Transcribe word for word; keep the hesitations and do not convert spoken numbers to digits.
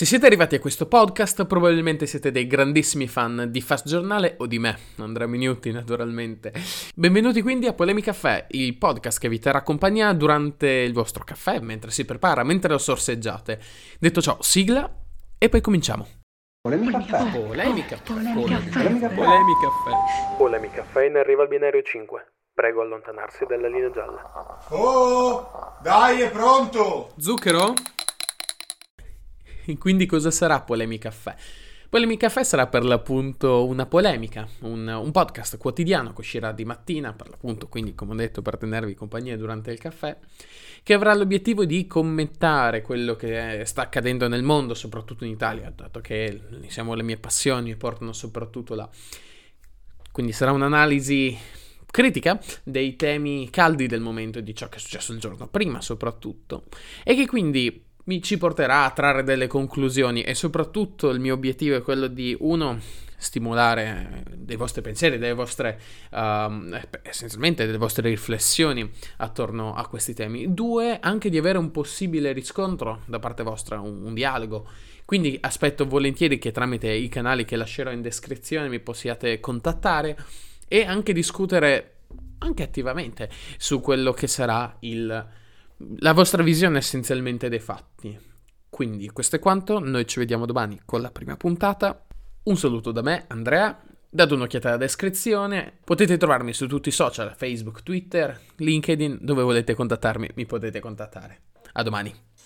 Se siete arrivati a questo podcast, probabilmente siete dei grandissimi fan di Fast Giornale o di me, Andrea Minuti naturalmente. Benvenuti quindi a Polemica Caffè, il podcast che vi terrà compagnia durante il vostro caffè, mentre si prepara, mentre lo sorseggiate. Detto ciò, sigla e poi cominciamo. Polemica Caffè. Polemica Caffè. Polemica Caffè. Polemica Caffè. Polemica Caffè in arriva al binario cinque. Prego allontanarsi dalla linea gialla. Oh, dai, è pronto! Zucchero? E quindi cosa sarà Polemica Caffè? Polemica Caffè sarà per l'appunto una polemica, un, un podcast quotidiano che uscirà di mattina, per l'appunto, quindi come ho detto, per tenervi compagnia durante il caffè, che avrà l'obiettivo di commentare quello che sta accadendo nel mondo, soprattutto in Italia, dato che diciamo, le mie passioni mi portano soprattutto là. Quindi sarà un'analisi critica dei temi caldi del momento e di ciò che è successo il giorno prima soprattutto, e che quindi mi ci porterà a trarre delle conclusioni, e soprattutto il mio obiettivo è quello di, uno, stimolare dei vostri pensieri, delle vostre um, essenzialmente delle vostre riflessioni attorno a questi temi, due, anche di avere un possibile riscontro da parte vostra, un, un dialogo. Quindi aspetto volentieri che tramite i canali che lascerò in descrizione mi possiate contattare e anche discutere anche attivamente su quello che sarà il la vostra visione essenzialmente dei fatti. Quindi questo è quanto, noi ci vediamo domani con la prima puntata. Un saluto da me, Andrea, date un'occhiata alla descrizione, potete trovarmi su tutti i social, Facebook, Twitter, LinkedIn, dove volete contattarmi mi potete contattare. A domani.